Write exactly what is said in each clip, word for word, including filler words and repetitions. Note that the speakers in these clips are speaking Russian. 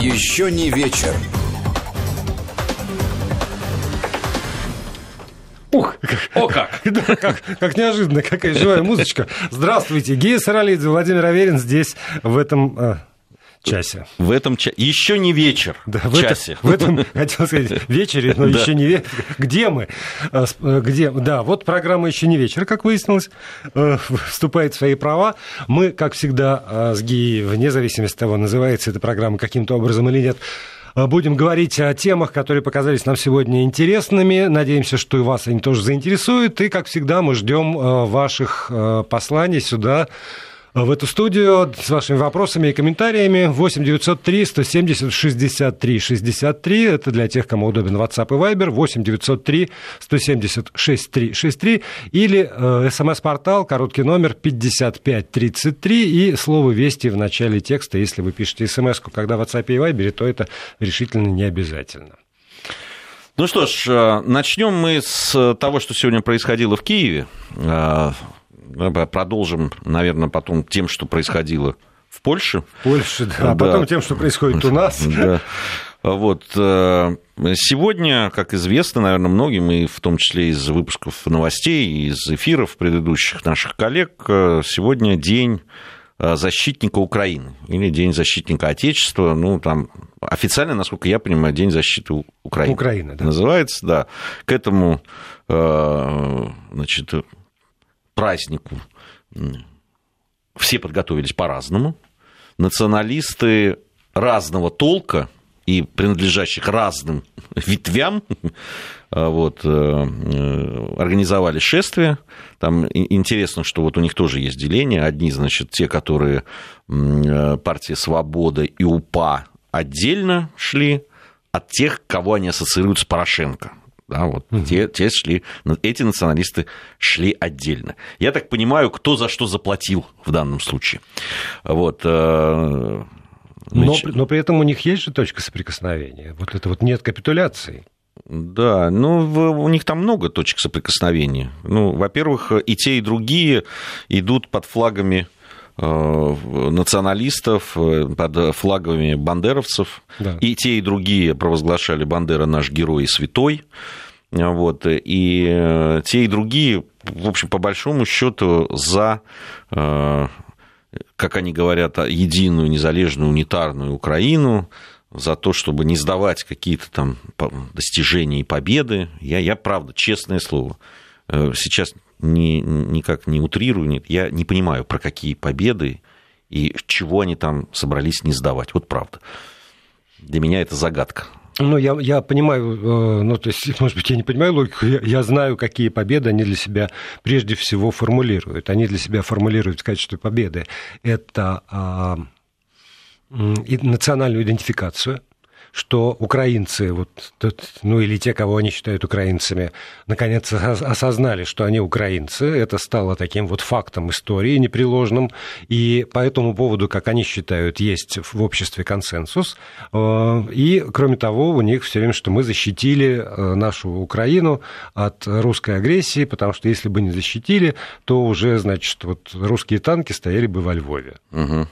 Еще не вечер. Ух, о как! Да, как, как неожиданно, какая живая музычка. Здравствуйте, Гея Саралидзе, Владимир Аверин здесь в этом э, часе. В этом часе. Еще не вечер. Да, в часе. Это, в этом, хотел сказать, вечере, но еще не вечер. Где мы? Где? Да, вот программа «Еще не вечер», как выяснилось, вступает в свои права. Мы, как всегда, с Геей, вне зависимости от того, называется эта программа каким-то образом или нет, будем говорить о темах, которые показались нам сегодня интересными. Надеемся, что и вас они тоже заинтересуют. И, как всегда, мы ждем ваших посланий сюда, в эту студию, с вашими вопросами и комментариями. восемь девятьсот три сто семьдесят шестьдесят три шестьдесят три. Это для тех, кому удобен WhatsApp и Viber. восемь девятьсот три сто семьдесят шестьдесят три шестьдесят три. Или э, смс-портал, короткий номер пятьдесят пять тридцать три. И слово «Вести» в начале текста. Если вы пишете смс-ку, когда в WhatsApp и Viber, то это решительно не обязательно. Ну что ж, начнем мы с того, что сегодня происходило в Киеве. Продолжим, наверное, потом тем, что происходило в Польше. В Польше, да. А да. Потом тем, что происходит у нас. Да. Вот. Сегодня, как известно, наверное, многим, и в том числе из выпусков новостей, из эфиров предыдущих наших коллег, сегодня День защитника Украины или День защитника Отечества. Ну, там официально, насколько я понимаю, День защиты Украины. Украина, да. Называется, да. К этому, значит, празднику все подготовились по-разному. Националисты разного толка и принадлежащих разным ветвям вот, организовали шествие. Там интересно, что вот у них тоже есть деление. Одни, значит, те, которые партия «Свобода» и УПА отдельно шли от тех, кого они ассоциируют с Порошенко. Да, вот угу. те, те шли, эти националисты шли отдельно. Я так понимаю, кто за что заплатил в данном случае. Вот, но, но при этом у них есть же точка соприкосновения. Вот это вот нет капитуляции. Да, ну, у них там много точек соприкосновения. Ну, во-первых, и те, и другие идут под флагами националистов, под флагами бандеровцев. Да. И те, и другие провозглашали: Бандера наш герой и святой. Вот. И те, и другие, в общем, по большому счету, за, как они говорят, единую, незалежную, унитарную Украину, за то, чтобы не сдавать какие-то там достижения и победы. Я, я правда, честное слово, сейчас ни, никак не утрирую, нет, я не понимаю, про какие победы и чего они там собрались не сдавать. Вот правда. Для меня это загадка. Ну, я, я понимаю, ну, то есть, может быть, я не понимаю логику, я, я знаю, какие победы они для себя прежде всего формулируют. Они для себя формулируют в качестве победы это а, национальную идентификацию, что украинцы, вот, ну или те, кого они считают украинцами, наконец осознали, что они украинцы. Это стало таким вот фактом истории непреложным. И по этому поводу, как они считают, есть в обществе консенсус. И, кроме того, у них все время, что мы защитили нашу Украину от русской агрессии, потому что если бы не защитили, то уже, значит, вот русские танки стояли бы во Львове. Угу.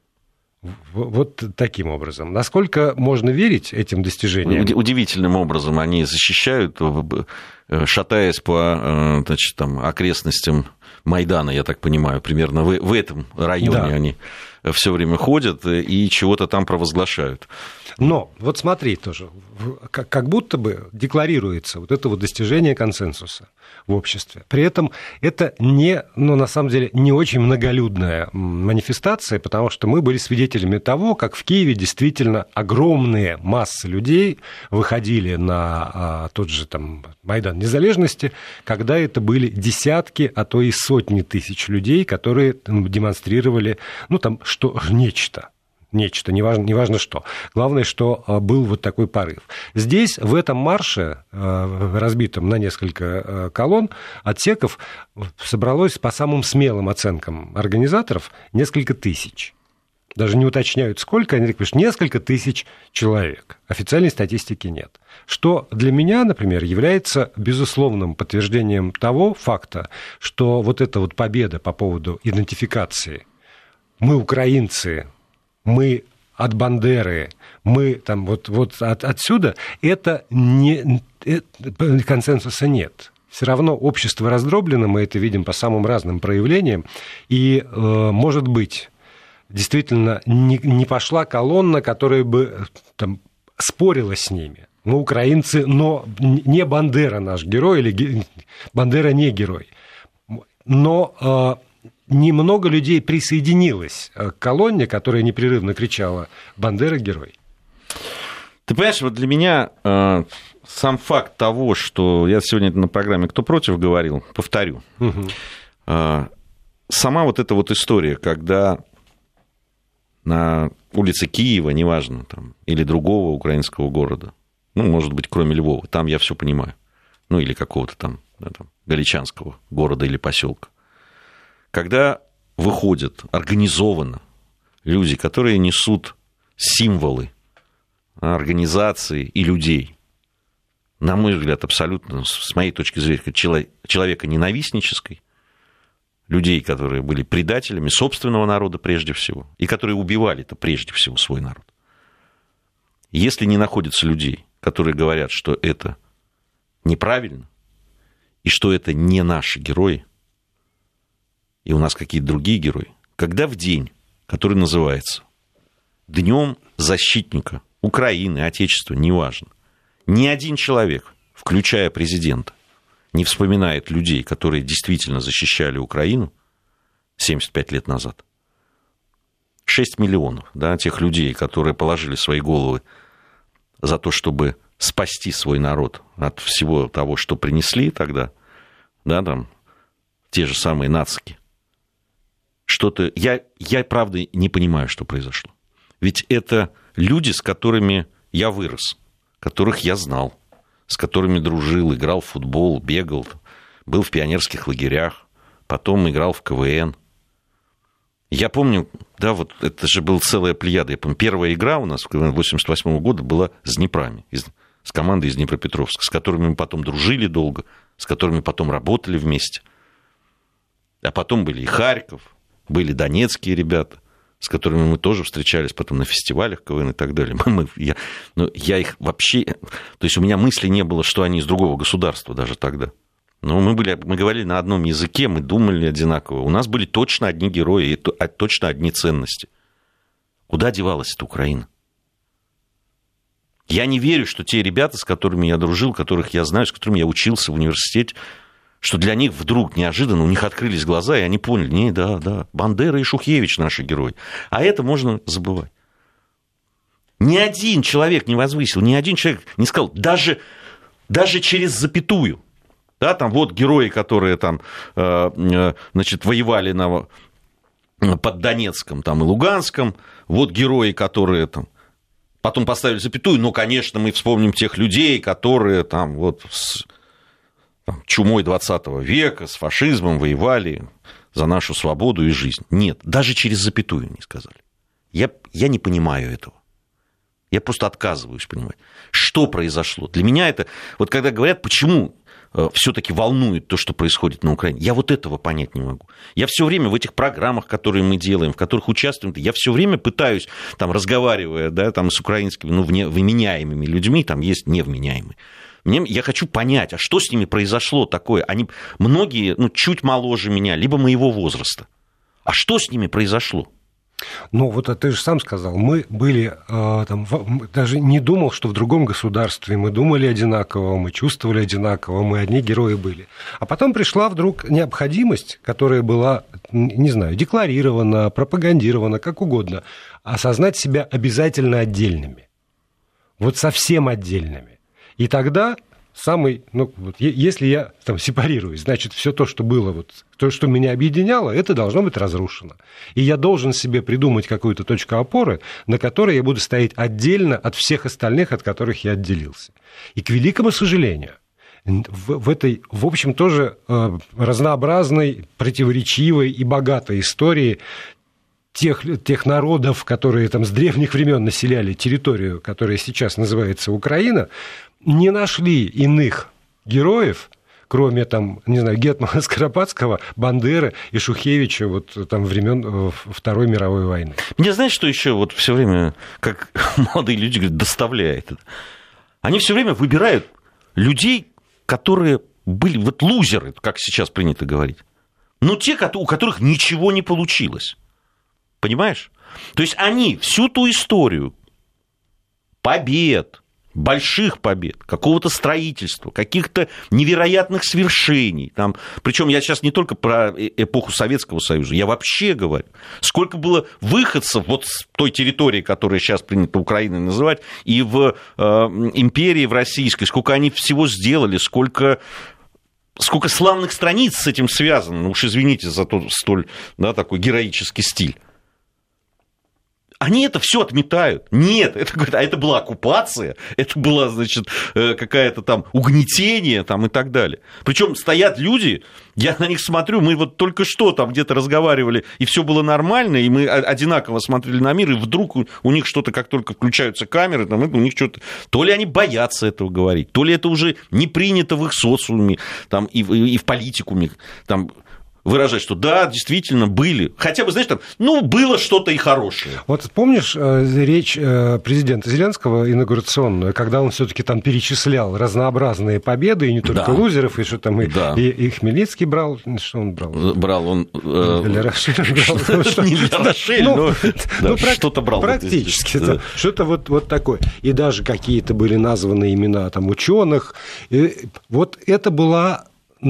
Вот таким образом. Насколько можно верить этим достижениям? Удивительным образом они защищают, шатаясь по, значит, там, окрестностям Майдана, я так понимаю, примерно в, в этом районе да. они все время ходят и чего-то там провозглашают. Но вот смотри тоже, как, как будто бы декларируется вот это вот достижение консенсуса в обществе. При этом это не, ну, на самом деле, не очень многолюдная манифестация, потому что мы были свидетелями того, как в Киеве действительно огромные массы людей выходили на а, тот же там Майдан Незалежности, когда это были десятки, а то и сотни тысяч людей, которые демонстрировали, ну, там, что, нечто. Нечто, неважно, неважно что. Главное, что был вот такой порыв. Здесь, в этом марше, разбитом на несколько колонн, отсеков, собралось, по самым смелым оценкам организаторов, несколько тысяч. Даже не уточняют, сколько, они пишут, несколько тысяч человек. Официальной статистики нет. Что для меня, например, является безусловным подтверждением того факта, что вот эта вот победа по поводу идентификации «мы украинцы», мы от Бандеры, мы там вот, вот от, отсюда, это не, это, консенсуса нет. Все равно общество раздроблено, мы это видим по самым разным проявлениям, и, э, может быть, действительно не, не пошла колонна, которая бы там, спорила с ними. Мы украинцы, но не Бандера наш герой, или Бандера не герой. Но э, немного людей присоединилось к колонне, которая непрерывно кричала «Бандера герой». Ты понимаешь, вот для меня э, сам факт того, что я сегодня на программе «Кто против» говорил, повторю. Угу. Э, сама вот эта вот история, когда на улице Киева, неважно, там, или другого украинского города, ну, может быть, кроме Львова, там я все понимаю, ну, или какого-то там, да, там галичанского города или поселка, когда выходят организованно люди, которые несут символы организации и людей, на мой взгляд, абсолютно, с моей точки зрения, человеконенавистнической, людей, которые были предателями собственного народа прежде всего, и которые убивали-то прежде всего свой народ. Если не находится людей, которые говорят, что это неправильно, и что это не наши герои, и у нас какие-то другие герои, когда в день, который называется Днем защитника Украины, Отечества, неважно, ни один человек, включая президента, не вспоминает людей, которые действительно защищали Украину семьдесят пять лет назад. шесть миллионов, да, тех людей, которые положили свои головы за то, чтобы спасти свой народ от всего того, что принесли тогда, да, там, те же самые нацики. Что-то... Я, я, правда, не понимаю, что произошло. Ведь это люди, с которыми я вырос, которых я знал, с которыми дружил, играл в футбол, бегал, был в пионерских лагерях, потом играл в ка вэ эн. Я помню, да, вот это же была целая плеяда. Я помню, первая игра у нас в восемьдесят восьмого года была с Днепроми, из, с командой из Днепропетровска, с которыми мы потом дружили долго, с которыми потом работали вместе. А потом были и Харьков, были донецкие ребята, с которыми мы тоже встречались потом на фестивалях ка вэ эн и так далее. Мы, я, ну, я их вообще... То есть у меня мысли не было, что они из другого государства даже тогда. Но мы, были, мы говорили на одном языке, мы думали одинаково. У нас были точно одни герои и точно одни ценности. Куда девалась эта Украина? Я не верю, что те ребята, с которыми я дружил, которых я знаю, с которыми я учился в университете, что для них вдруг неожиданно у них открылись глаза, и они поняли, не, да, да, Бандера и Шухевич наши герои. А это можно забывать. Ни один человек не возвысил, ни один человек не сказал, даже, даже через запятую. Да, там вот герои, которые там, значит, воевали на, под Донецком там, и Луганском, вот герои, которые там, потом поставили запятую, но, конечно, мы вспомним тех людей, которые там вот с там, чумой двадцатого века, с фашизмом воевали за нашу свободу и жизнь. Нет, даже через запятую не сказали. Я, я не понимаю этого. Я просто отказываюсь понимать, что произошло. Для меня это, вот когда говорят, почему все-таки волнует то, что происходит на Украине. Я вот этого понять не могу. Я все время в этих программах, которые мы делаем, в которых участвуем, я все время пытаюсь, там, разговаривая, да, там, с украинскими, ну, вменяемыми людьми, там есть невменяемые. Мне, я хочу понять, а что с ними произошло такое? Они, многие, ну, чуть моложе меня, либо моего возраста. А что с ними произошло? Ну, вот ты же сам сказал, мы были, э, там, в, даже не думал, что в другом государстве, мы думали одинаково, мы чувствовали одинаково, мы одни герои были. А потом пришла вдруг необходимость, которая была, не знаю, декларирована, пропагандирована, как угодно, осознать себя обязательно отдельными. Вот совсем отдельными. И тогда... Самый, ну, вот, если я там сепарируюсь, значит, все то, что было, вот, то, что меня объединяло, это должно быть разрушено. И я должен себе придумать какую-то точку опоры, на которой я буду стоять отдельно от всех остальных, от которых я отделился. И, к великому сожалению, в, в этой, в общем, тоже э, разнообразной, противоречивой и богатой истории тех, тех народов, которые там с древних времен населяли территорию, которая сейчас называется Украина, не нашли иных героев, кроме, там, не знаю, Гетмана Скоропадского, Бандеры и Шухевича вот там времен Второй мировой войны. Мне, знаешь, что еще вот все время, как молодые люди говорят, доставляет? Они все время выбирают людей, которые были вот лузеры, как сейчас принято говорить. Ну, те, у которых ничего не получилось. Понимаешь? То есть они всю ту историю побед, больших побед, какого-то строительства, каких-то невероятных свершений. Там, причем я сейчас не только про эпоху Советского Союза, я вообще говорю, сколько было выходцев вот с той территории, которая сейчас принято Украиной называть, и в э, империи, в российской, сколько они всего сделали, сколько... Сколько славных страниц с этим связано, ну уж извините за тот столь, да, такой героический стиль. Они это все отметают. Нет, это, а это была оккупация, это было, значит, какое-то там угнетение там, и так далее. Причем стоят люди, я на них смотрю, мы вот только что там где-то разговаривали, и все было нормально, и мы одинаково смотрели на мир, и вдруг у них что-то, как только включаются камеры, там, у них что-то... То ли они боятся этого говорить, то ли это уже не принято в их социуме, там, и, и в политикуме, там... выражать, что да, действительно, были. Хотя бы, знаешь, там, ну, было что-то и хорошее. Вот помнишь э, речь э, президента Зеленского инаугурационную, когда он все-таки там перечислял разнообразные победы, и не только да. лузеров, и что там, и, да. и, и Хмельницкий брал, что он брал? Брал он... Для Рошель брал. Не для Рошель, но что-то брал. Практически. Что-то вот такое. И даже какие-то были названы имена там ученых. Вот это была...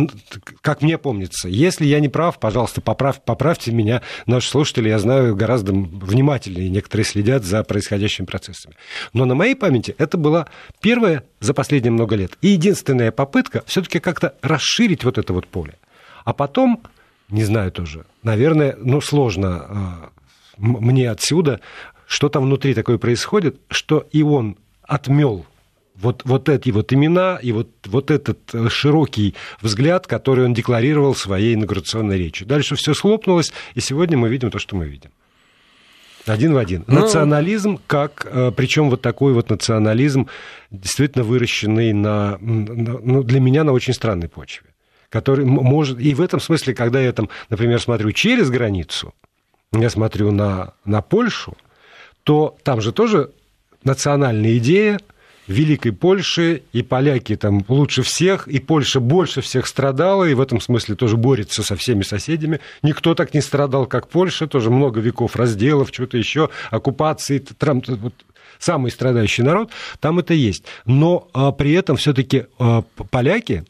Как мне помнится, если я не прав, пожалуйста, поправь, поправьте меня, наши слушатели, я знаю, гораздо внимательнее некоторые следят за происходящими процессами. Но на моей памяти это была первая за последние много лет и единственная попытка все-таки как-то расширить вот это вот поле. А потом, не знаю тоже, наверное, ну, сложно э, мне отсюда, что там внутри такое происходит, что и он отмел Вот, вот эти вот имена и вот, вот этот широкий взгляд, который он декларировал в своей инаугурационной речи. Дальше все схлопнулось, и сегодня мы видим то, что мы видим. Один в один. Ну... Национализм, как, причем вот такой вот национализм, действительно выращенный на, на, ну, для меня на очень странной почве. Который может... И в этом смысле, когда я там, например, смотрю через границу, я смотрю на, на Польшу, то там же тоже национальная идея Великой Польши, и поляки там лучше всех, и Польша больше всех страдала, и в этом смысле тоже борется со всеми соседями. Никто так не страдал, как Польша, тоже много веков разделов, что-то еще, оккупации, Трамп, вот, самый страдающий народ, там это есть. Но а, при этом все-таки а, поляки,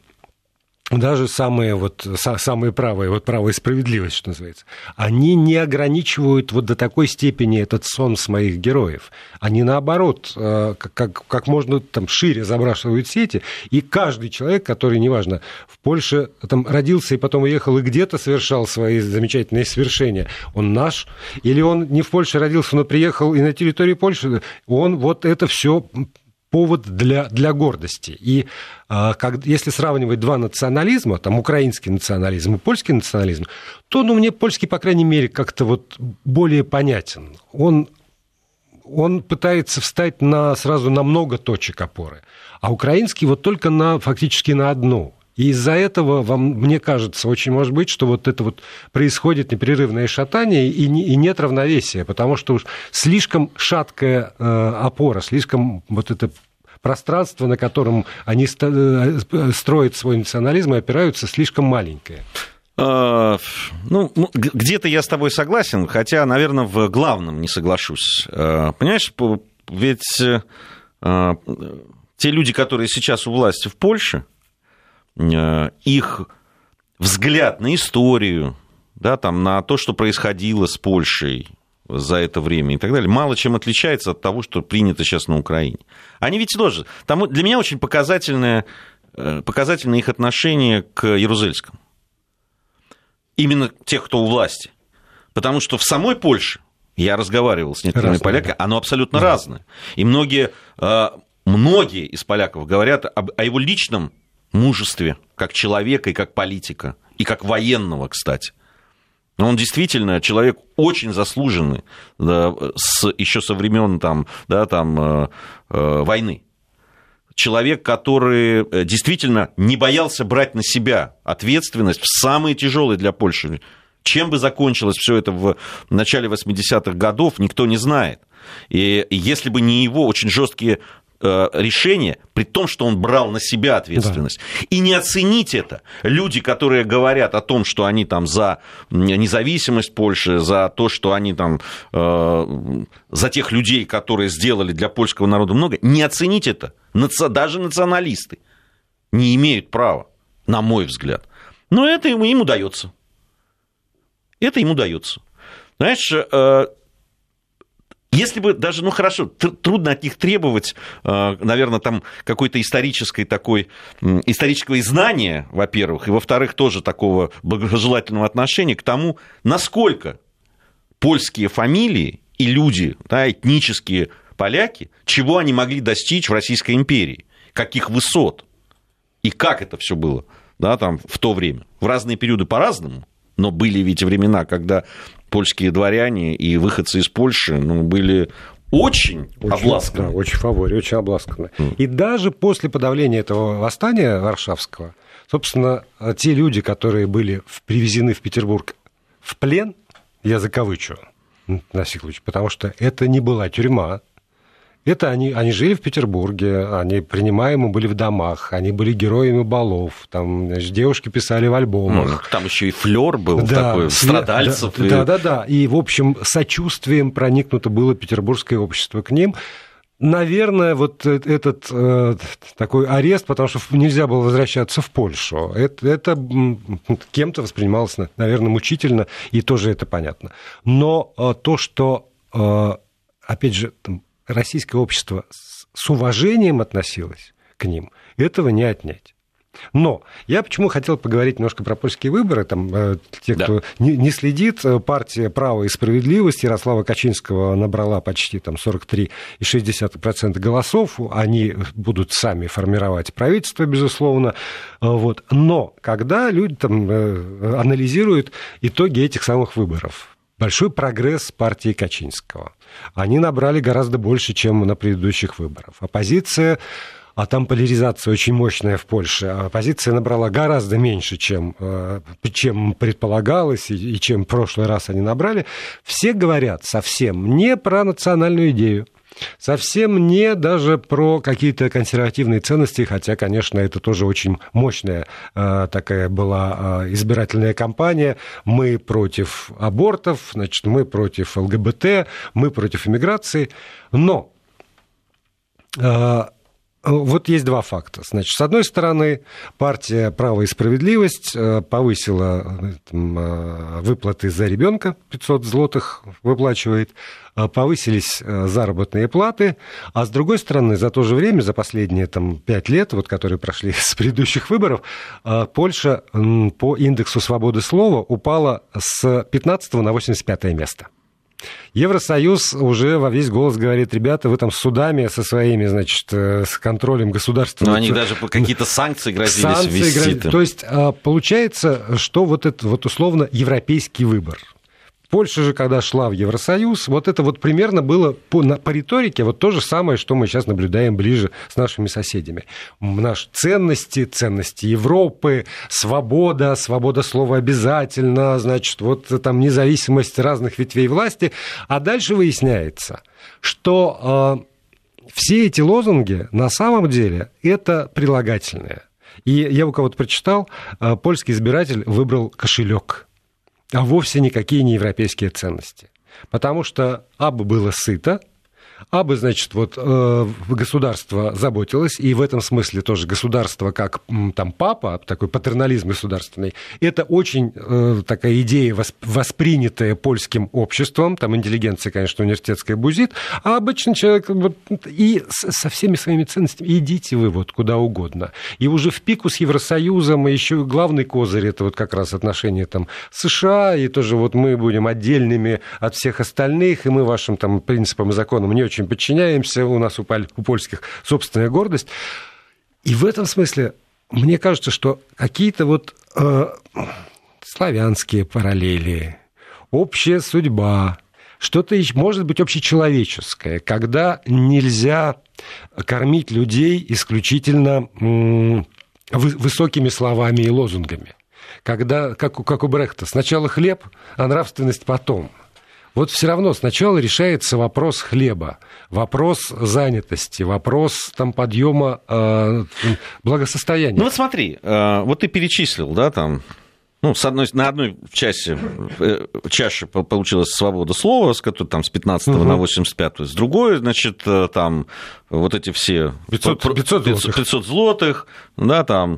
даже самые, вот, самые правые, вот правая справедливость, что называется, они не ограничивают вот до такой степени этот сон с моих героев. Они, наоборот, как, как, как можно там шире забрасывают сети, и каждый человек, который, неважно, в Польше там родился и потом уехал и где-то совершал свои замечательные свершения, он наш, или он не в Польше родился, но приехал и на территории Польши, он вот это все... повод для, для гордости. И а, как, если сравнивать два национализма, там украинский национализм и польский национализм, то ну, мне польский, по крайней мере, как-то вот более понятен. Он, он пытается встать на, сразу на много точек опоры, а украинский вот только на, фактически на одну. И из-за этого, вам, мне кажется, очень может быть, что вот это вот происходит непрерывное шатание и, не, и нет равновесия, потому что уж слишком шаткая э, опора, слишком вот это пространство, на котором они строят свой национализм и опираются, слишком маленькое. Ну, где-то я с тобой согласен, хотя, наверное, в главном не соглашусь. Понимаешь, ведь те люди, которые сейчас у власти в Польше, их взгляд на историю, да, там, на то, что происходило с Польшей за это время и так далее, мало чем отличается от того, что принято сейчас на Украине. Они ведь тоже... Там для меня очень показательное, показательное их отношение к Ярузельскому. Именно тех, кто у власти. Потому что в самой Польше, я разговаривал с некоторыми разное, поляками, да. Оно абсолютно да. разное. И многие, многие из поляков говорят об, о его личном мужестве, как человека и как политика, и как военного, кстати. Он действительно человек очень заслуженный, да, с, еще со времен там, да, там, э, э, войны. человек, который действительно не боялся брать на себя ответственность в самые тяжелые для Польши. Чем бы закончилось все это в начале восьмидесятых годов, никто не знает. И если бы не его очень жесткие решения, при том, что он брал на себя ответственность. Да. И не оценить это. Люди, которые говорят о том, что они там за независимость Польши, за то, что они там за тех людей, которые сделали для польского народа много, не оценить это. Даже националисты не имеют права, на мой взгляд. Но это им, им удается. Это им удается. Знаешь, если бы даже, ну хорошо, трудно от них требовать, наверное, там какой-то исторической такой, исторического знания, во-первых, и, во-вторых, тоже такого благожелательного отношения к тому, насколько польские фамилии и люди, да, этнические поляки, чего они могли достичь в Российской империи, каких высот, и как это все было, да, там, в то время. В разные периоды по-разному, но были ведь времена, когда польские дворяне и выходцы из Польши, ну, были очень, очень обласканы. Да, очень в фаворе, очень обласканы. Mm. И даже после подавления этого восстания Варшавского, собственно, те люди, которые были привезены в Петербург в плен, я закавычу, на всякий случай, потому что это не была тюрьма. Это они, они жили в Петербурге, они принимаемы были в домах, они были героями балов, там, значит, девушки писали в альбомах. Ну, там еще и флёр был, да, такой, страдальцев. Да, и... да, да, да. И, в общем, сочувствием проникнуто было петербургское общество к ним. Наверное, вот этот э, такой арест, потому что нельзя было возвращаться в Польшу, это, это кем-то воспринималось, наверное, мучительно, и тоже это понятно. Но э, то, что, э, опять же, там, российское общество с уважением относилось к ним, этого не отнять. Но я почему хотел поговорить немножко про польские выборы. Там, те, кто да. не, не следит, партия «Право и справедливость» Ярослава Качинского набрала почти там, сорок три целых шесть десятых процента голосов. Они будут сами формировать правительство, безусловно. Вот. Но когда люди там, анализируют итоги этих самых выборов, большой прогресс партии Качинского. Они набрали гораздо больше, чем на предыдущих выборах. Оппозиция, а там поляризация очень мощная в Польше, оппозиция набрала гораздо меньше, чем, чем предполагалось и чем в прошлый раз они набрали. Все говорят совсем не про национальную идею. Совсем не даже про какие-то консервативные ценности, хотя, конечно, это тоже очень мощная э, такая была э, избирательная кампания. Мы против абортов, значит, мы против ЛГБТ, мы против иммиграции. Но э, вот есть два факта. Значит, с одной стороны, партия «Право и справедливость» повысила там, выплаты за ребенка, пятьсот злотых выплачивает, повысились заработные платы, а с другой стороны, за то же время, за последние там, пять лет, вот, которые прошли с предыдущих выборов, Польша по индексу свободы слова упала с пятнадцатого на восемьдесят пятое место. Евросоюз уже во весь голос говорит: ребята, вы там с судами со своими, значит, с контролем государства. Но они даже какие-то санкции грозились санкции ввести. Грозили. То есть получается, что вот это вот условно европейский выбор. Польша же, когда шла в Евросоюз, вот это вот примерно было по, по риторике вот то же самое, что мы сейчас наблюдаем ближе с нашими соседями. Наши ценности, ценности Европы, свобода, свобода слова обязательно, значит, вот там независимость разных ветвей власти. А дальше выясняется, что э, все эти лозунги на самом деле это прилагательные. И я у кого-то прочитал, э, польский избиратель выбрал кошелек, а вовсе никакие не европейские ценности. Потому что абы было сыто, абы, значит, вот государство заботилось, и в этом смысле тоже государство как там папа, такой патернализм государственный, это очень такая идея, воспринятая польским обществом, там интеллигенция, конечно, университетская бузит, а обычный человек вот, и со всеми своими ценностями идите вы вот куда угодно. И уже в пику с Евросоюзом, и еще главный козырь, это вот как раз отношения там США, и тоже вот мы будем отдельными от всех остальных, и мы вашим там принципам и законам не очень подчиняемся, у нас у, у польских собственная гордость. И в этом смысле мне кажется, что какие-то вот э, славянские параллели, общая судьба, что-то, может быть, общечеловеческое, когда нельзя кормить людей исключительно высокими словами и лозунгами. Когда, как, как у Брехта, сначала хлеб, а нравственность потом. Вот все равно сначала решается вопрос хлеба, вопрос занятости, вопрос там, подъема э, благосостояния. Ну вот смотри, э, вот ты перечислил, да, там, ну, с одной, на одной часе, э, чаше получилась свобода слова, с которой там с пятнадцатого угу. на восемьдесят пятую, с другой, значит, там вот эти все пятьсот, пятьсот, пятьсот, пятьсот злотых, да, там,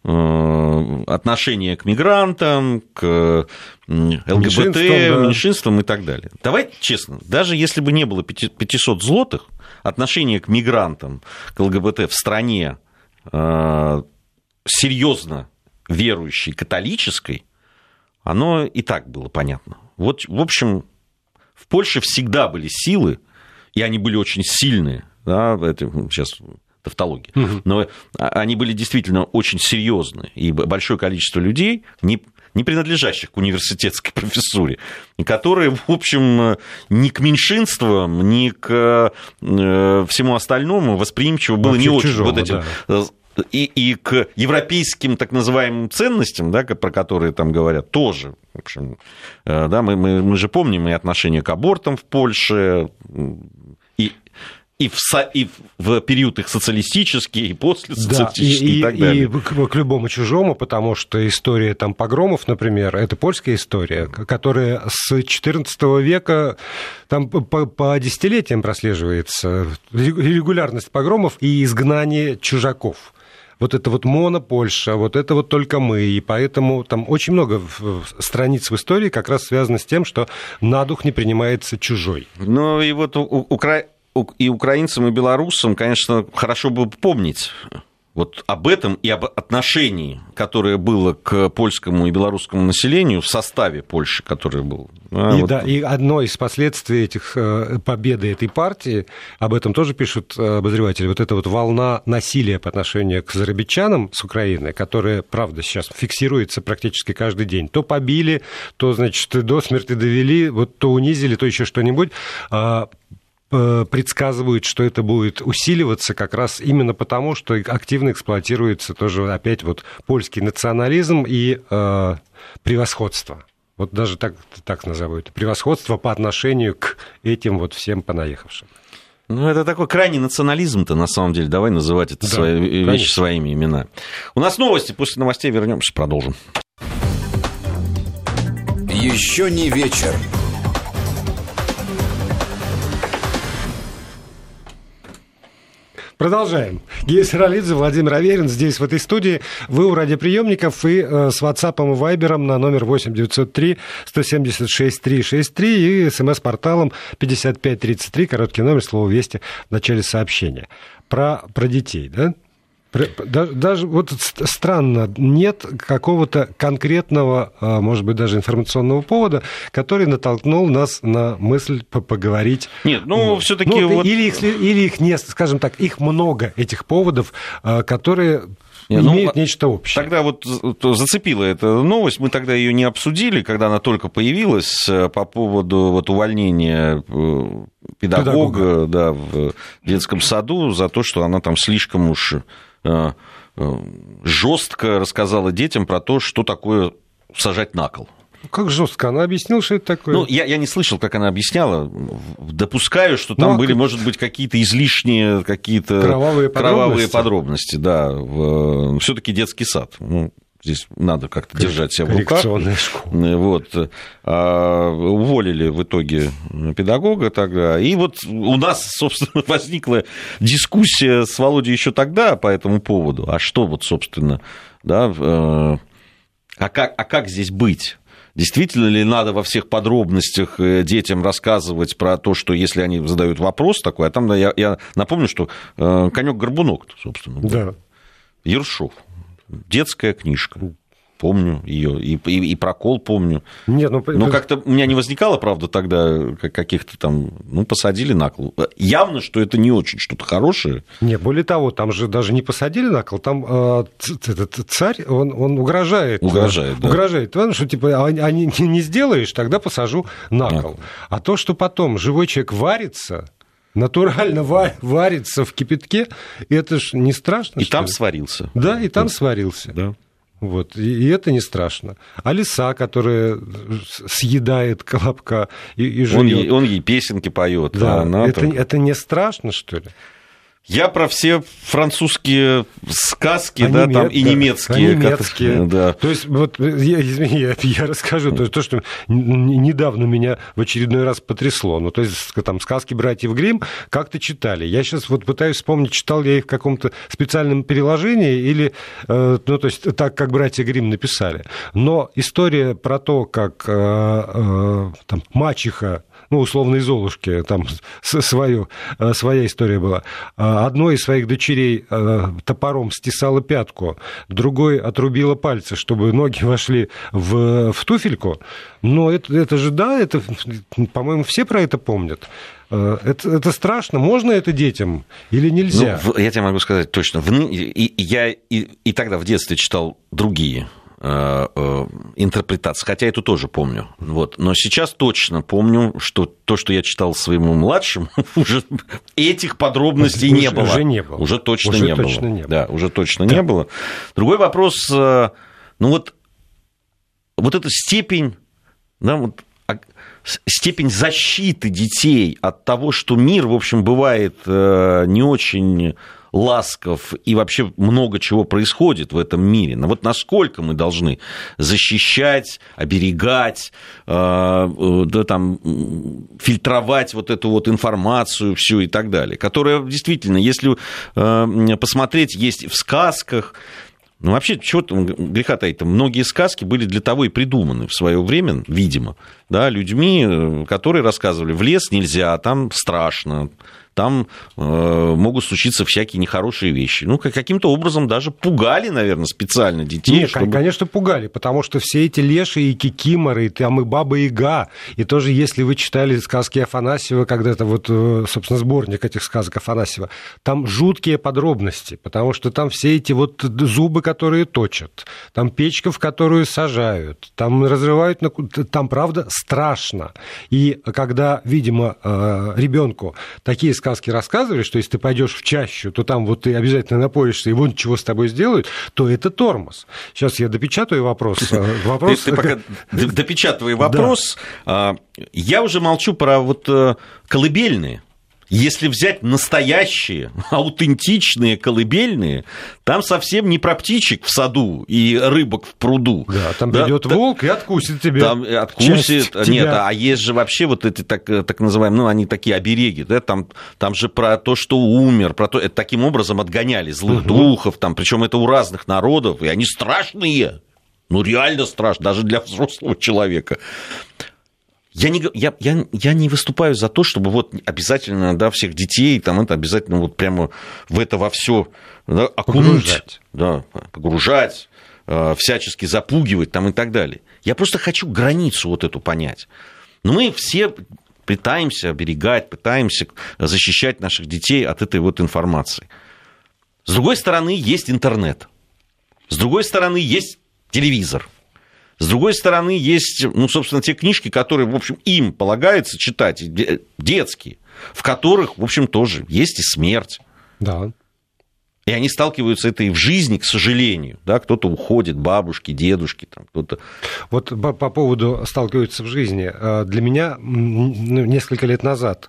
отношение к мигрантам, к ЛГБТ, меньшинствам, да. меньшинствам и так далее. Давай честно, даже если бы не было пятисот злотых, отношение к мигрантам, к ЛГБТ в стране э, серьезно верующей, католической, оно и так было понятно. Вот, в общем, в Польше всегда были силы, и они были очень сильные, да, это сейчас... тавтология. Угу. Но они были действительно очень серьезны, и большое количество людей, не, не принадлежащих к университетской профессуре, которые, в общем, ни к меньшинствам, ни к всему остальному восприимчиво было вообще не очень. Чужого, вот этим, да. и, и к европейским так называемым ценностям, да, про которые там говорят, тоже. В общем, да, мы, мы, мы же помним и отношение к абортам в Польше, и И в, и в период их социалистический, и после социалистический, да, и, и так далее. И к, к любому чужому, потому что история там погромов, например, это польская история, которая с четырнадцатого века там по, по десятилетиям прослеживается. Регулярность погромов и изгнание чужаков. Вот это вот монопольша, вот это вот только мы. И поэтому там очень много страниц в истории как раз связано с тем, что на дух не принимается чужой. Ну и вот Украина... И украинцам, и белорусам, конечно, хорошо бы помнить вот об этом и об отношении, которое было к польскому и белорусскому населению в составе Польши, которое было. А, и, вот... да, и одно из последствий этих победы этой партии, об этом тоже пишут обозреватели, вот эта вот волна насилия по отношению к азербайджанам с Украины, которая, правда, сейчас фиксируется практически каждый день. То побили, то, значит, до смерти довели, вот то унизили, то еще что-нибудь. Предсказывают, что это будет усиливаться как раз именно потому, что активно эксплуатируется тоже опять вот польский национализм и э, превосходство. Вот даже так, так назову это. Превосходство по отношению к этим вот всем понаехавшим. Ну, это такой крайний национализм-то, на самом деле. Давай называть это да, свои, вещи своими именами. У нас новости. После новостей вернемся, продолжим. Еще не вечер. Продолжаем. Гея Саралидзе, Владимир Аверин здесь, в этой студии. Вы у радиоприемников и э, с WhatsApp и Viber на номер восемь девятьсот три сто семьдесят шесть триста шестьдесят три и смс-порталом пятьдесят пять тридцать три, короткий номер, слово «Вести» в начале сообщения. Про, про детей, да? Даже вот странно, нет какого-то конкретного, может быть, даже информационного повода, который натолкнул нас на мысль поговорить. Нет, ну, все-таки... Ну, вот... или, их, или их не, скажем так, их много, этих поводов, которые... Не, имеет ну, нечто общее. Тогда вот зацепила эта новость, мы тогда ее не обсудили, когда она только появилась, по поводу вот увольнения педагога, педагога. Да, в детском саду за то, что она там слишком уж жестко рассказала детям про то, что такое сажать на кол. Как жестко? Она объяснила, что это такое? Ну, я, я не слышал, как она объясняла. Допускаю, что там ну, были, как... может быть, какие-то излишние, какие-то кровавые подробности, кровавые подробности да. В... Все-таки детский сад. Ну, здесь надо как-то держать себя в руках. Коррекционная школа. Вот. А, уволили в итоге педагога тогда. И вот у нас, собственно, возникла дискуссия с Володей еще тогда по этому поводу. А что вот, собственно, да, а как, а как здесь быть? Действительно ли надо во всех подробностях детям рассказывать про то, что если они задают вопрос такой, а там, я, я напомню, что конек-горбунок, собственно, был. Да. Ершов. Детская книжка. помню ее, и, и, и прокол помню. Нет, ну, Но как-то у меня не возникало, правда, тогда каких-то там, ну, посадили на кол. Явно, что это не очень что-то хорошее. Не, более того, там же даже не посадили на кол, там э, этот царь, он, он угрожает. Угрожает, да. Угрожает, потому что, типа, а, а не, не сделаешь, тогда посажу на кол. На. А то, что потом живой человек варится... Натурально варится в кипятке, это ж не страшно. И там ли? Сварился. Да, и там да. сварился. Да. Вот, и, и это не страшно. А лиса, которая съедает колобка и, и жует. Он ей, он ей песенки поет. Да, а она это, там... это не страшно, что ли? Я про все французские сказки, а да, немец, там и да, немецкие. А немецкие. Которые, да. То есть, вот, я, извини, я, я расскажу, то, то, что недавно меня в очередной раз потрясло. Ну, то есть, там, сказки братьев Гримм как-то читали. Я сейчас вот пытаюсь вспомнить, читал я их в каком-то специальном переложении или, э, ну, то есть, так, как братья Гримм написали. Но история про то, как э, э, там, мачеха, ну, условно, из Золушки, там свою, своя история была. Одной из своих дочерей топором стесала пятку, другой отрубила пальцы, чтобы ноги вошли в, в туфельку. Но это, это же, да, это, по-моему, все про это помнят. Это, это страшно. Можно это детям или нельзя? Ну, я тебе могу сказать точно. В, и, я и, и тогда в детстве читал другие интерпретации, хотя эту тоже помню. Вот. Но сейчас точно помню, что то, что я читал своему младшему, уже этих подробностей уже, не было. Уже не было. Уже точно, уже не, точно было. не было. Да, уже точно да. не было. Другой вопрос, ну вот, вот эта степень, да, вот, степень защиты детей от того, что мир, в общем, бывает не очень ласков и вообще много чего происходит в этом мире. Но вот насколько мы должны защищать, оберегать, э, да, там, фильтровать вот эту вот информацию всю и так далее, которая действительно, если э, посмотреть, есть в сказках. Ну, вообще, чего там греха таить, многие сказки были для того и придуманы в свое время, видимо, да, людьми, которые рассказывали, в лес нельзя, там страшно, там э, могут случиться всякие нехорошие вещи. Ну, каким-то образом даже пугали, наверное, специально детей. Нет, чтобы... конечно, пугали, потому что все эти леши и кикиморы, и там и Баба-Яга, и тоже, если вы читали сказки Афанасьева, когда-то вот, собственно, сборник этих сказок Афанасьева, там жуткие подробности, потому что там все эти вот зубы, которые точат, там печка, в которую сажают, там разрывают, там, правда, страшно. И когда, видимо, ребенку такие сказки рассказывали, что если ты пойдешь в чащу, то там вот ты обязательно напоришься, и вон чего с тобой сделают, то это тормоз. Сейчас я допечатаю вопрос. вопрос... Ты, ты пока допечатывай вопрос. Да. Я уже молчу про вот колыбельные. Если взять настоящие, аутентичные колыбельные, там совсем не про птичек в саду и рыбок в пруду. Да, там да, придет та... волк и откусит тебе. Там откусит. Нет, а есть же вообще вот эти так, так называемые, ну, они такие обереги. Да, там, там же про то, что умер, про то, это таким образом отгоняли злых угу. духов, там, причем это у разных народов, и они страшные. Ну, реально страшно, даже для взрослого человека. Я не, я, я, я не выступаю за то, чтобы вот обязательно, да, всех детей, там, это обязательно вот прямо в это во все, да, окунуть, погружать, да, погружать, э, всячески запугивать там, и так далее. Я просто хочу границу вот эту понять. Но мы все пытаемся оберегать, пытаемся защищать наших детей от этой вот информации. С другой стороны, есть интернет. С другой стороны, есть телевизор. С другой стороны, есть, ну, собственно, те книжки, которые, в общем, им полагается читать, детские, в которых, в общем, тоже есть и смерть. Да. И они сталкиваются это и в жизни, к сожалению. Да, кто-то уходит, бабушки, дедушки, там, кто-то... Вот по, по поводу сталкиваются в жизни. Для меня несколько лет назад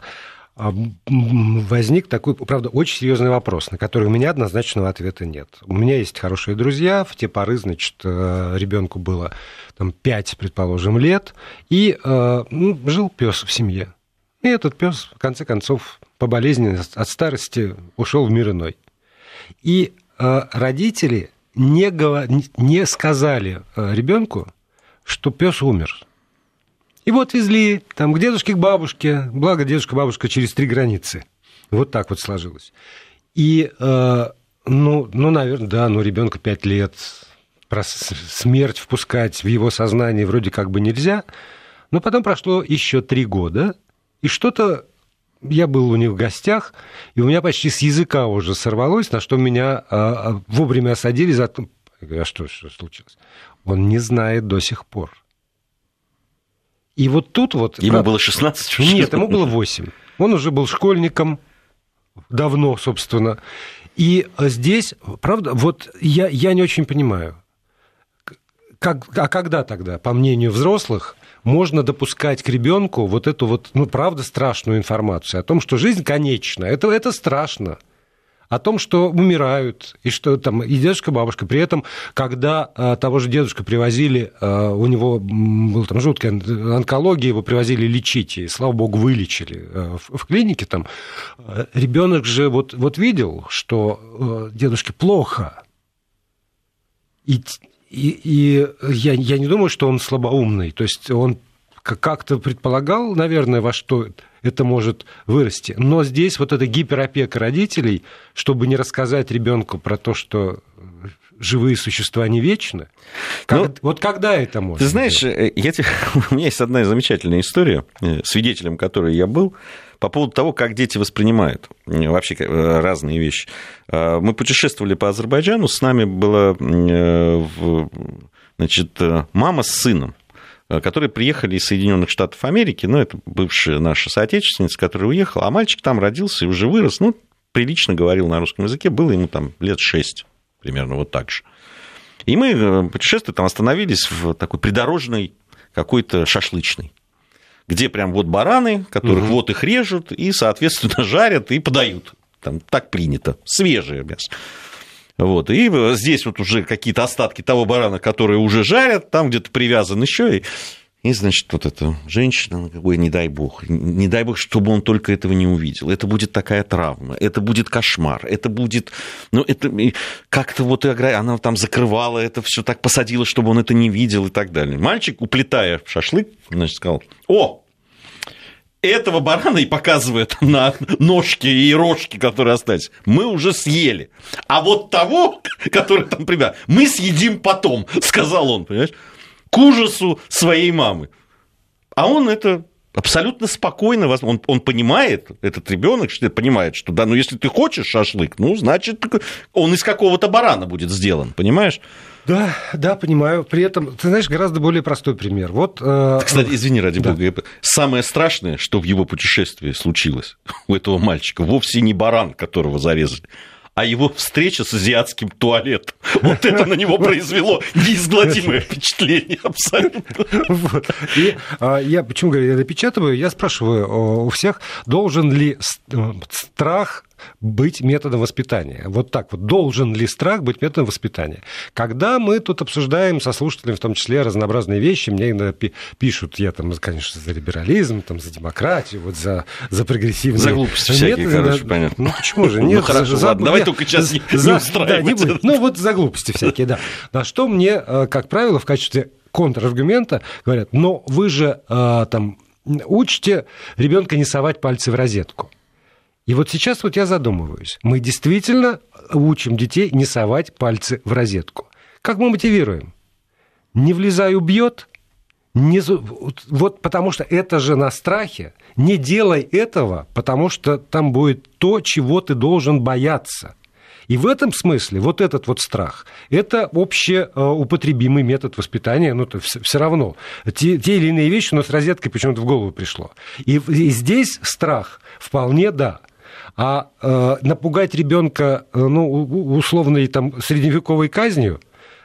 возник такой, правда, очень серьезный вопрос, на который у меня однозначного ответа нет. У меня есть хорошие друзья, в те поры, значит, ребенку было там, пять, предположим, лет, и ну, жил пес в семье. И этот пес, в конце концов, по болезни от старости ушел в мир иной. И родители не, говор... не сказали ребенку, что пес умер. Его отвезли там, к дедушке, к бабушке. Благо, дедушка, бабушка через три границы. Вот так вот сложилось. И, э, ну, ну, наверное, да, ну, ребенку пять лет. про смерть впускать в его сознание вроде как бы нельзя. Но потом прошло еще три года, и что-то... Я был у них в гостях, и у меня почти с языка уже сорвалось, на что меня а, вовремя осадили за то... Я говорю, а что, что случилось? Он не знает до сих пор. И вот тут вот... Ему правда, было шестнадцать? Нет, ему было восемь. Он уже был школьником давно, собственно. И здесь, правда, вот я, я не очень понимаю, как, а когда тогда, по мнению взрослых, можно допускать к ребенку вот эту вот, ну, правда, страшную информацию о том, что жизнь конечна. Это, это страшно. О том, что умирают, и что там и дедушка, и бабушка. При этом, когда а, того же дедушку привозили, а, у него была там жуткая онкология, его привозили лечить, и, слава богу, вылечили а, в, в клинике там, а, ребенок же вот, вот видел, что а, дедушке плохо. И... И, и я, я не думаю, что он слабоумный. То есть он как-то предполагал, наверное, во что это может вырасти. Но здесь вот эта гиперопека родителей, чтобы не рассказать ребенку про то, что живые существа не вечны. Как, ну, вот когда это можно? Ты знаешь, я тебе, у меня есть одна замечательная история, свидетелем которой я был, по поводу того, как дети воспринимают вообще разные вещи. Мы путешествовали по Азербайджану, с нами была, значит, мама с сыном, которые приехали из Соединенных Штатов Америки, ну, это бывшая наша соотечественница, которая уехала, а мальчик там родился и уже вырос, ну, прилично говорил на русском языке, было ему там лет шесть, примерно вот так же. И мы, путешествуя, там остановились в такой придорожной какой-то шашлычной, где прям вот бараны, которых угу. вот их режут, и, соответственно, жарят и подают. Там так принято, свежее мясо. Вот. И здесь вот уже какие-то остатки того барана, которые уже жарят, там где-то привязан еще. И, и значит, вот эта женщина, ой, не дай бог, не дай бог, чтобы он только этого не увидел. Это будет такая травма, это будет кошмар, это будет... Ну, это как-то вот она там закрывала это все, так посадила, чтобы он это не видел и так далее. Мальчик, уплетая шашлык, значит, сказал: о, этого барана, и показывает на ножки и рожки, которые остались, мы уже съели. А вот того, который там привязан, мы съедим потом, сказал он, понимаешь, к ужасу своей мамы. А он это абсолютно спокойно, он, он понимает, этот ребенок понимает, что да, ну если ты хочешь шашлык, ну, значит, он из какого-то барана будет сделан, понимаешь? Да, да, понимаю. При этом, ты знаешь, гораздо более простой пример. Вот, э... Кстати, извини, ради да. бога, самое страшное, что в его путешествии случилось у этого мальчика, вовсе не баран, которого зарезали, а его встреча с азиатским туалетом. Вот это на него произвело неизгладимое впечатление абсолютно. Вот. И а, я, почему говорю, я допечатываю, я спрашиваю у всех, должен ли страх быть методом воспитания. Вот так вот. Должен ли страх быть методом воспитания? Когда мы тут обсуждаем со слушателями, в том числе, разнообразные вещи, мне иногда пишут, я там, конечно, за либерализм, там, за демократию, вот за, за прогрессивные... За глупости всякие, методы, короче, да, понятно. Ну, почему же? Нет, ну, хорошо, за, ладно, я, давай только сейчас не, за, не устраивать. Да, не ну, вот за глупости всякие, да. На что мне, как правило, в качестве контраргумента говорят: но вы же там учите ребенка не совать пальцы в розетку. И вот сейчас вот я задумываюсь. Мы действительно учим детей не совать пальцы в розетку. Как мы мотивируем? Не влезай, убьет. Не... Вот потому что это же на страхе. Не делай этого, потому что там будет то, чего ты должен бояться. И в этом смысле вот этот вот страх – это общеупотребимый метод воспитания, ну, то все равно. Те, те или иные вещи у нас с розеткой почему-то в голову пришло. И, и здесь страх вполне да. А э, напугать ребенка, э, ну, условной там средневековой казнью,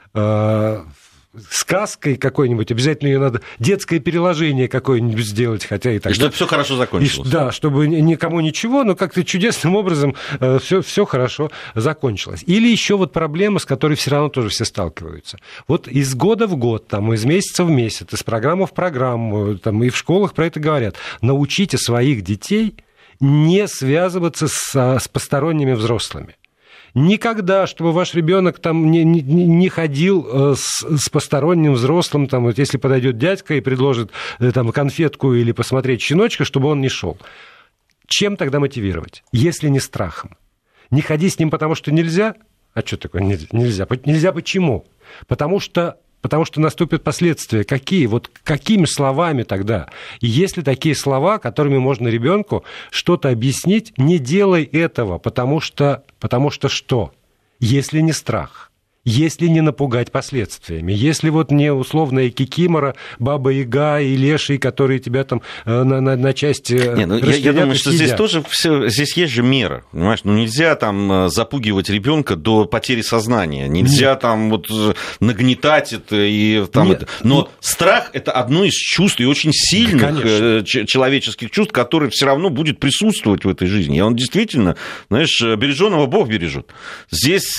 э, сказкой какой-нибудь, обязательно ее надо, детское переложение какое-нибудь сделать, хотя и так. И чтобы все хорошо закончилось. И, да, чтобы никому ничего, но как-то чудесным образом э, все, все хорошо закончилось. Или еще вот проблема, с которой все равно тоже все сталкиваются. Вот из года в год, там, из месяца в месяц, из программы в программу, там, и в школах про это говорят. Научите своих детей не связываться с, с посторонними взрослыми. Никогда, чтобы ваш ребенок там не, не, не ходил с, с посторонним взрослым, там, вот если подойдет дядька и предложит там, конфетку или посмотреть щеночка, чтобы он не шел. Чем тогда мотивировать, если не страхом? Не ходи с ним, потому что нельзя? А что такое нельзя? Нельзя почему? Потому что Потому что наступят последствия. Какие? Вот какими словами тогда? И есть ли такие слова, которыми можно ребенку что-то объяснить? Не делай этого, потому что, потому что что? Если не страх. Если не напугать последствиями, если вот не условная кикимора, баба-яга и леший, которые тебя там на, на, на части не, ну, я, я думаю, что здесь тоже все, здесь есть же мера, понимаешь? Ну, нельзя там запугивать ребенка до потери сознания, нельзя Нет. там вот нагнетать это и там это. Но Нет. страх – это одно из чувств и очень сильных Конечно. человеческих чувств, которые все равно будет присутствовать в этой жизни. И он действительно, знаешь, береженого Бог бережет. Здесь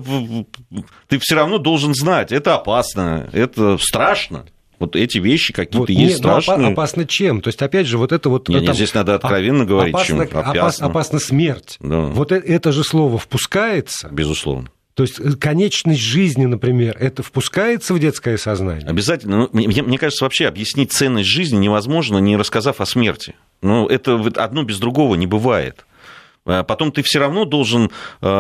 ты все равно должен знать, это опасно, это страшно. Вот эти вещи какие-то вот, есть не, страшные. Ну, опасно чем? То есть, опять же, вот это вот... Не, не, там, здесь надо откровенно говорить, опасно, чем опасно. Опасно смерть. Да. Вот это, это же слово впускается. Безусловно. То есть, конечность жизни, например, это впускается в детское сознание? Обязательно. Ну, мне, мне кажется, вообще объяснить ценность жизни невозможно, не рассказав о смерти. Ну, это одно без другого не бывает. Потом ты все равно должен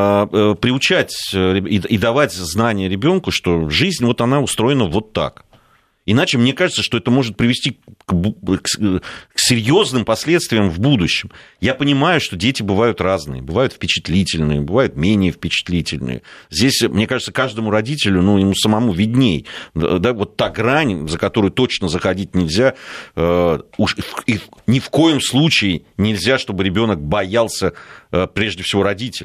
э, приучать и, и давать знания ребенку, что жизнь вот она устроена вот так. Иначе мне кажется, что это может привести к, к, к серьезным последствиям в будущем. Я понимаю, что дети бывают разные, бывают впечатлительные, бывают менее впечатлительные. Здесь, мне кажется, каждому родителю, ну, ему самому видней, да, вот та грань, за которую точно заходить нельзя, э, уж, и ни в коем случае нельзя, чтобы ребенок боялся э, прежде всего родителя.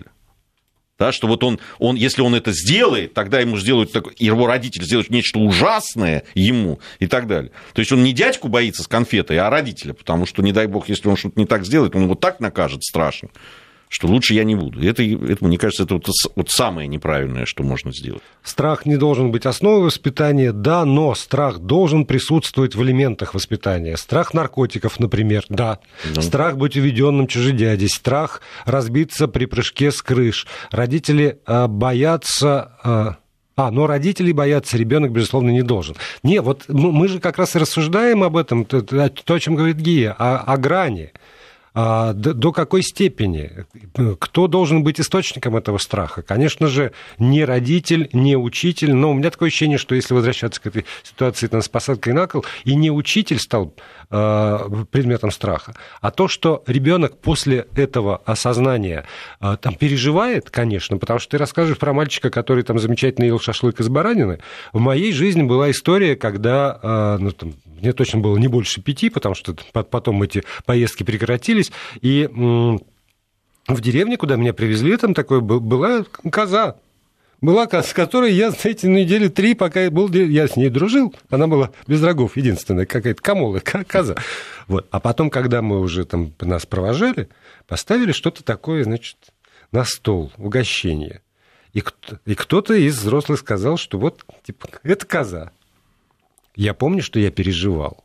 Да, что вот он, он, если он это сделает, тогда ему сделают, его родители сделают нечто ужасное ему и так далее. То есть он не дядьку боится с конфетой, а родителя, потому что, не дай бог, если он что-то не так сделает, он его так накажет страшно, что лучше я не буду. Это, это мне кажется, это вот, вот самое неправильное, что можно сделать. Страх не должен быть основой воспитания, да, но страх должен присутствовать в элементах воспитания. Страх наркотиков, например, да. да. Страх быть уведенным чужедядей, страх разбиться при прыжке с крыш. Родители а, боятся... А... А, но родители боятся, ребенок, безусловно, не должен. Не, вот мы же как раз и рассуждаем об этом, то, о чем говорит Гия, о, о грани. До, до какой степени? Кто должен быть источником этого страха? Конечно же, не родитель, не учитель, но у меня такое ощущение, что если возвращаться к этой ситуации там, с посадкой на кол, и не учитель стал э, предметом страха, а то, что ребенок после этого осознания э, там, переживает, конечно, потому что ты расскажешь про мальчика, который там замечательно ел шашлык из баранины. В моей жизни была история, когда, э, ну, там, мне точно было не больше пяти, потому что потом эти поездки прекратились, и в деревне, куда меня привезли, там такой была коза. Была коза, с которой я, знаете, на неделю три, пока я был, я с ней дружил, она была без рогов, единственная какая-то камола, коза. Вот. А потом, когда мы уже там нас провожали, поставили что-то такое, значит, на стол, угощение. И, и кто-то из взрослых сказал, что вот, типа, это коза. Я помню, что я переживал,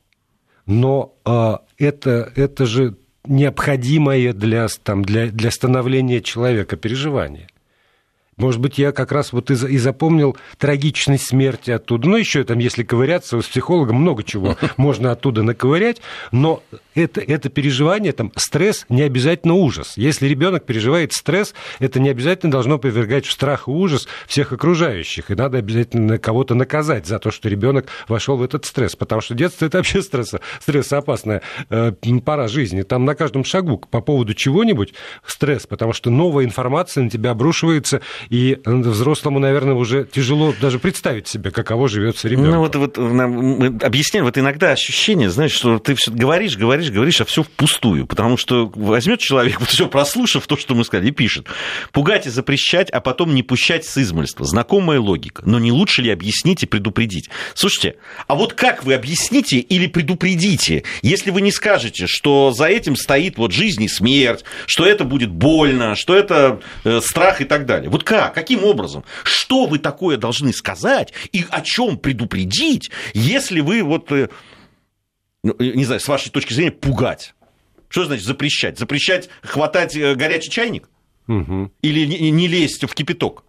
но а, это, это же необходимое для, там, для, для становления человека переживание. Может быть, я как раз вот и, и запомнил трагичность смерти оттуда. Ну, еще там, если ковыряться, с психологом много чего можно оттуда наковырять, но это, это переживание, там, стресс не обязательно ужас. Если ребенок переживает стресс, это не обязательно должно повергать в страх и ужас всех окружающих. И надо обязательно кого-то наказать за то, что ребенок вошел в этот стресс. Потому что детство – это вообще стресс, стрессоопасная э, пора жизни. Там на каждом шагу по поводу чего-нибудь стресс, потому что новая информация на тебя обрушивается, и взрослому, наверное, уже тяжело даже представить себе, каково живется ребенок. Ну, вот, вот мы объясняем, вот иногда ощущение, знаешь, что ты все говоришь, говоришь, говоришь, а все впустую. Потому что возьмет человек, вот все прослушав то, что мы сказали, и пишет: пугать и запрещать, а потом не пущать с измольства. Знакомая логика. Но не лучше ли объяснить и предупредить? Слушайте, а вот как вы объясните или предупредите, если вы не скажете, что за этим стоит вот жизнь и смерть, что это будет больно, что это э, страх и так далее? Вот как? Каким образом? Что вы такое должны сказать и о чем предупредить, если вы вот, ну, не знаю, с вашей точки зрения, пугать? Что значит запрещать? Запрещать хватать горячий чайник? Угу. Или не, не лезть в кипяток?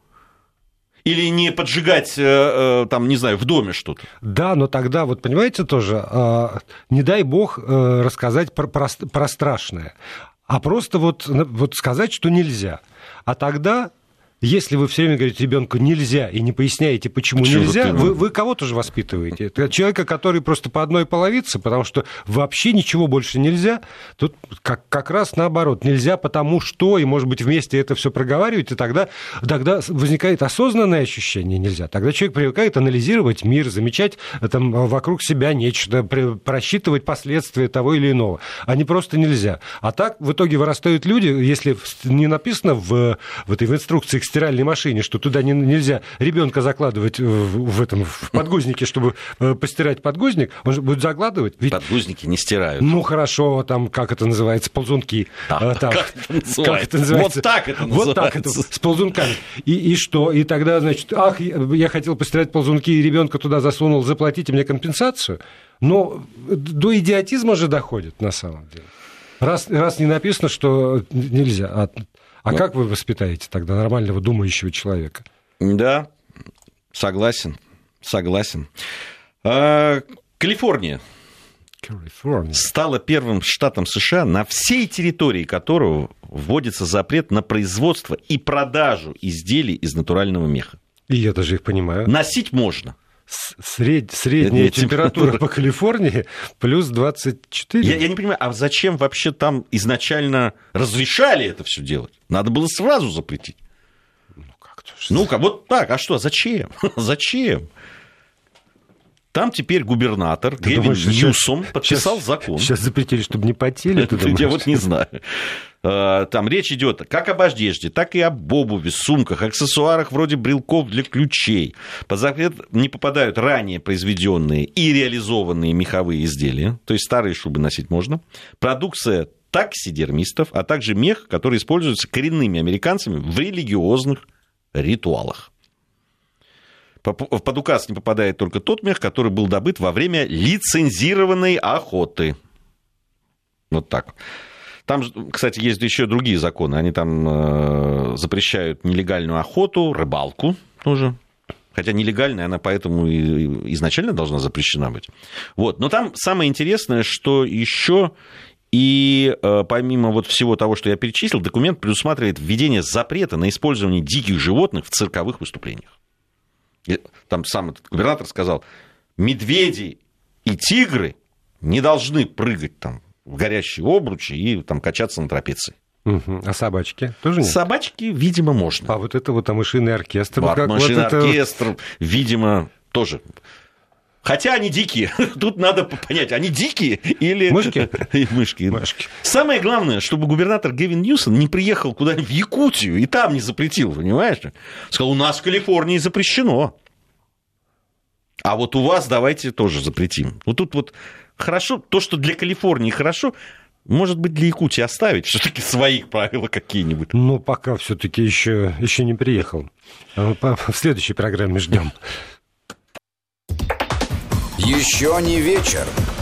Или не поджигать, там, не знаю, в доме что-то? Да, но тогда, вот понимаете, тоже, не дай бог рассказать про, про, про страшное, а просто вот, вот сказать, что нельзя. А тогда... если вы все время говорите ребенку нельзя и не поясняете, почему, почему нельзя, вы, вы кого-то же воспитываете. Это человека, который просто по одной половице, потому что вообще ничего больше нельзя. Тут как, как раз наоборот. Нельзя потому что, и, может быть, вместе это все проговаривать, и тогда, тогда возникает осознанное ощущение нельзя. Тогда человек привыкает анализировать мир, замечать там, вокруг себя нечто, просчитывать последствия того или иного. А не просто нельзя. А так в итоге вырастают люди, если не написано в, в этой в инструкции к стиральной машине, что туда не, нельзя ребенка закладывать в, в этом в подгузнике, чтобы постирать подгузник, он же будет закладывать. Ведь... Подгузники не стирают. Ну хорошо, там как это называется, ползунки. А, там, как, это называется? Как это называется? Вот так это вот называется. Так это, с ползунками. И, и что? И тогда, значит, ах, я хотел постирать ползунки, и ребенка туда засунул, заплатите мне компенсацию. Но до идиотизма же доходит на самом деле. Раз, раз не написано, что нельзя. А, а как вы воспитаете тогда нормального думающего человека? Да, согласен, согласен. А, Калифорния. Калифорния стала первым штатом США, на всей территории которого вводится запрет на производство и продажу изделий из натурального меха. И я даже их понимаю. Носить можно. Сред... Средняя Нет, температура по Калифорнии плюс двадцать четыре. Я, я не понимаю, а зачем вообще там изначально разрешали это все делать? Надо было сразу запретить. Ну, как-то... Ну-ка, вот так, а что, зачем? Зачем? Там теперь губернатор ты Гэвин думаешь, Ньюсом сейчас, подписал сейчас, закон. Сейчас запретили, чтобы не потели. Я вот не знаю. Там речь идет как об одежде, так и об обуви, сумках, аксессуарах вроде брелков для ключей. Под запрет не попадают ранее произведенные и реализованные меховые изделия, то есть старые шубы носить можно, продукция таксидермистов, а также мех, который используется коренными американцами в религиозных ритуалах. Под указ не попадает только тот мех, который был добыт во время лицензированной охоты. Вот так. Там, кстати, есть еще другие законы. Они там запрещают нелегальную охоту, рыбалку тоже. Хотя нелегальная, она поэтому и изначально должна запрещена быть. Вот. Но там самое интересное, что еще и помимо вот всего того, что я перечислил, документ предусматривает введение запрета на использование диких животных в цирковых выступлениях. Там сам этот губернатор сказал, медведи и тигры не должны прыгать там в горящие обручи и там качаться на трапеции. Угу. А собачки тоже нет? Собачки, видимо, можно. А вот это вот а мышиный оркестр. Вот, как мышиный вот это... оркестр, видимо, тоже. Хотя они дикие. Тут надо понять, они дикие или... Мышки? Мышки. Мышки. Самое главное, чтобы губернатор Гэвин Ньюсом не приехал куда-нибудь в Якутию и там не запретил, понимаешь? Сказал, у нас в Калифорнии запрещено. А вот у вас давайте тоже запретим. Вот тут вот хорошо, то, что для Калифорнии хорошо, может быть, для Якутии оставить все-таки свои правила какие-нибудь. Ну, пока все-таки еще, еще не приехал. В следующей программе ждем. Еще не вечер.